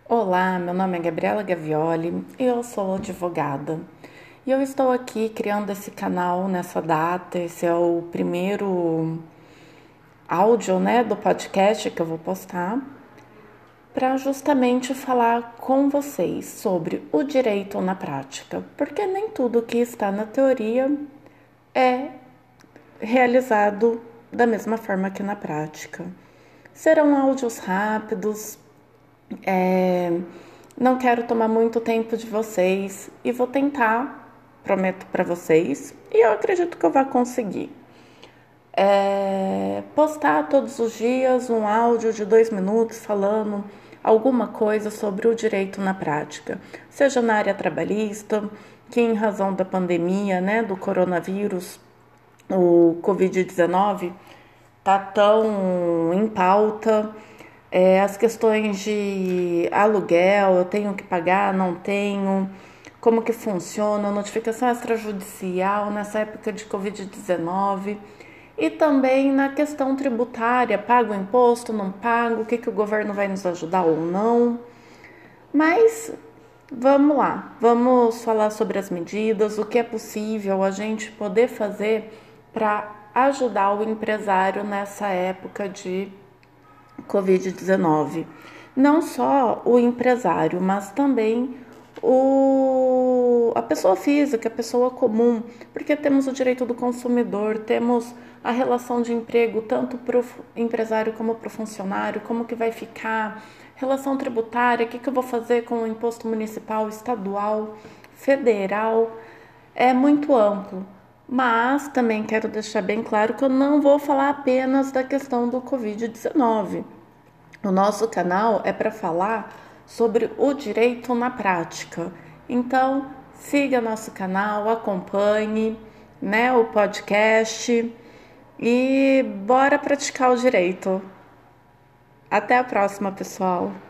Olá, meu nome é Gabriela Gavioli e eu sou advogada. E eu estou aqui criando esse canal nessa data. Esse é o primeiro áudio, do podcast que eu vou postar para justamente falar com vocês sobre o direito na prática, porque nem tudo que está na teoria é realizado da mesma forma que na prática. Serão áudios rápidos. É, não quero tomar muito tempo de vocês e vou tentar, prometo para vocês, e eu acredito que eu vou conseguir. Postar todos os dias um áudio de 2 minutos falando alguma coisa sobre o direito na prática, seja na área trabalhista, que em razão da pandemia, do coronavírus, o Covid-19, tá tão em pauta. As questões de aluguel, eu tenho que pagar, não tenho, como que funciona, notificação extrajudicial nessa época de Covid-19 e também na questão tributária, pago imposto, não pago, o que o governo vai nos ajudar ou não. Mas vamos lá, vamos falar sobre as medidas, o que é possível a gente poder fazer para ajudar o empresário nessa época de Covid-19. Não só o empresário, mas também a pessoa física, a pessoa comum, porque temos o direito do consumidor, temos a relação de emprego tanto para o empresário como para o funcionário, como que vai ficar, relação tributária, o que eu vou fazer com o imposto municipal, estadual, federal, é muito amplo. Mas também quero deixar bem claro que eu não vou falar apenas da questão do Covid-19. O nosso canal é para falar sobre o direito na prática. Então, siga nosso canal, acompanhe, o podcast e bora praticar o direito. Até a próxima, pessoal.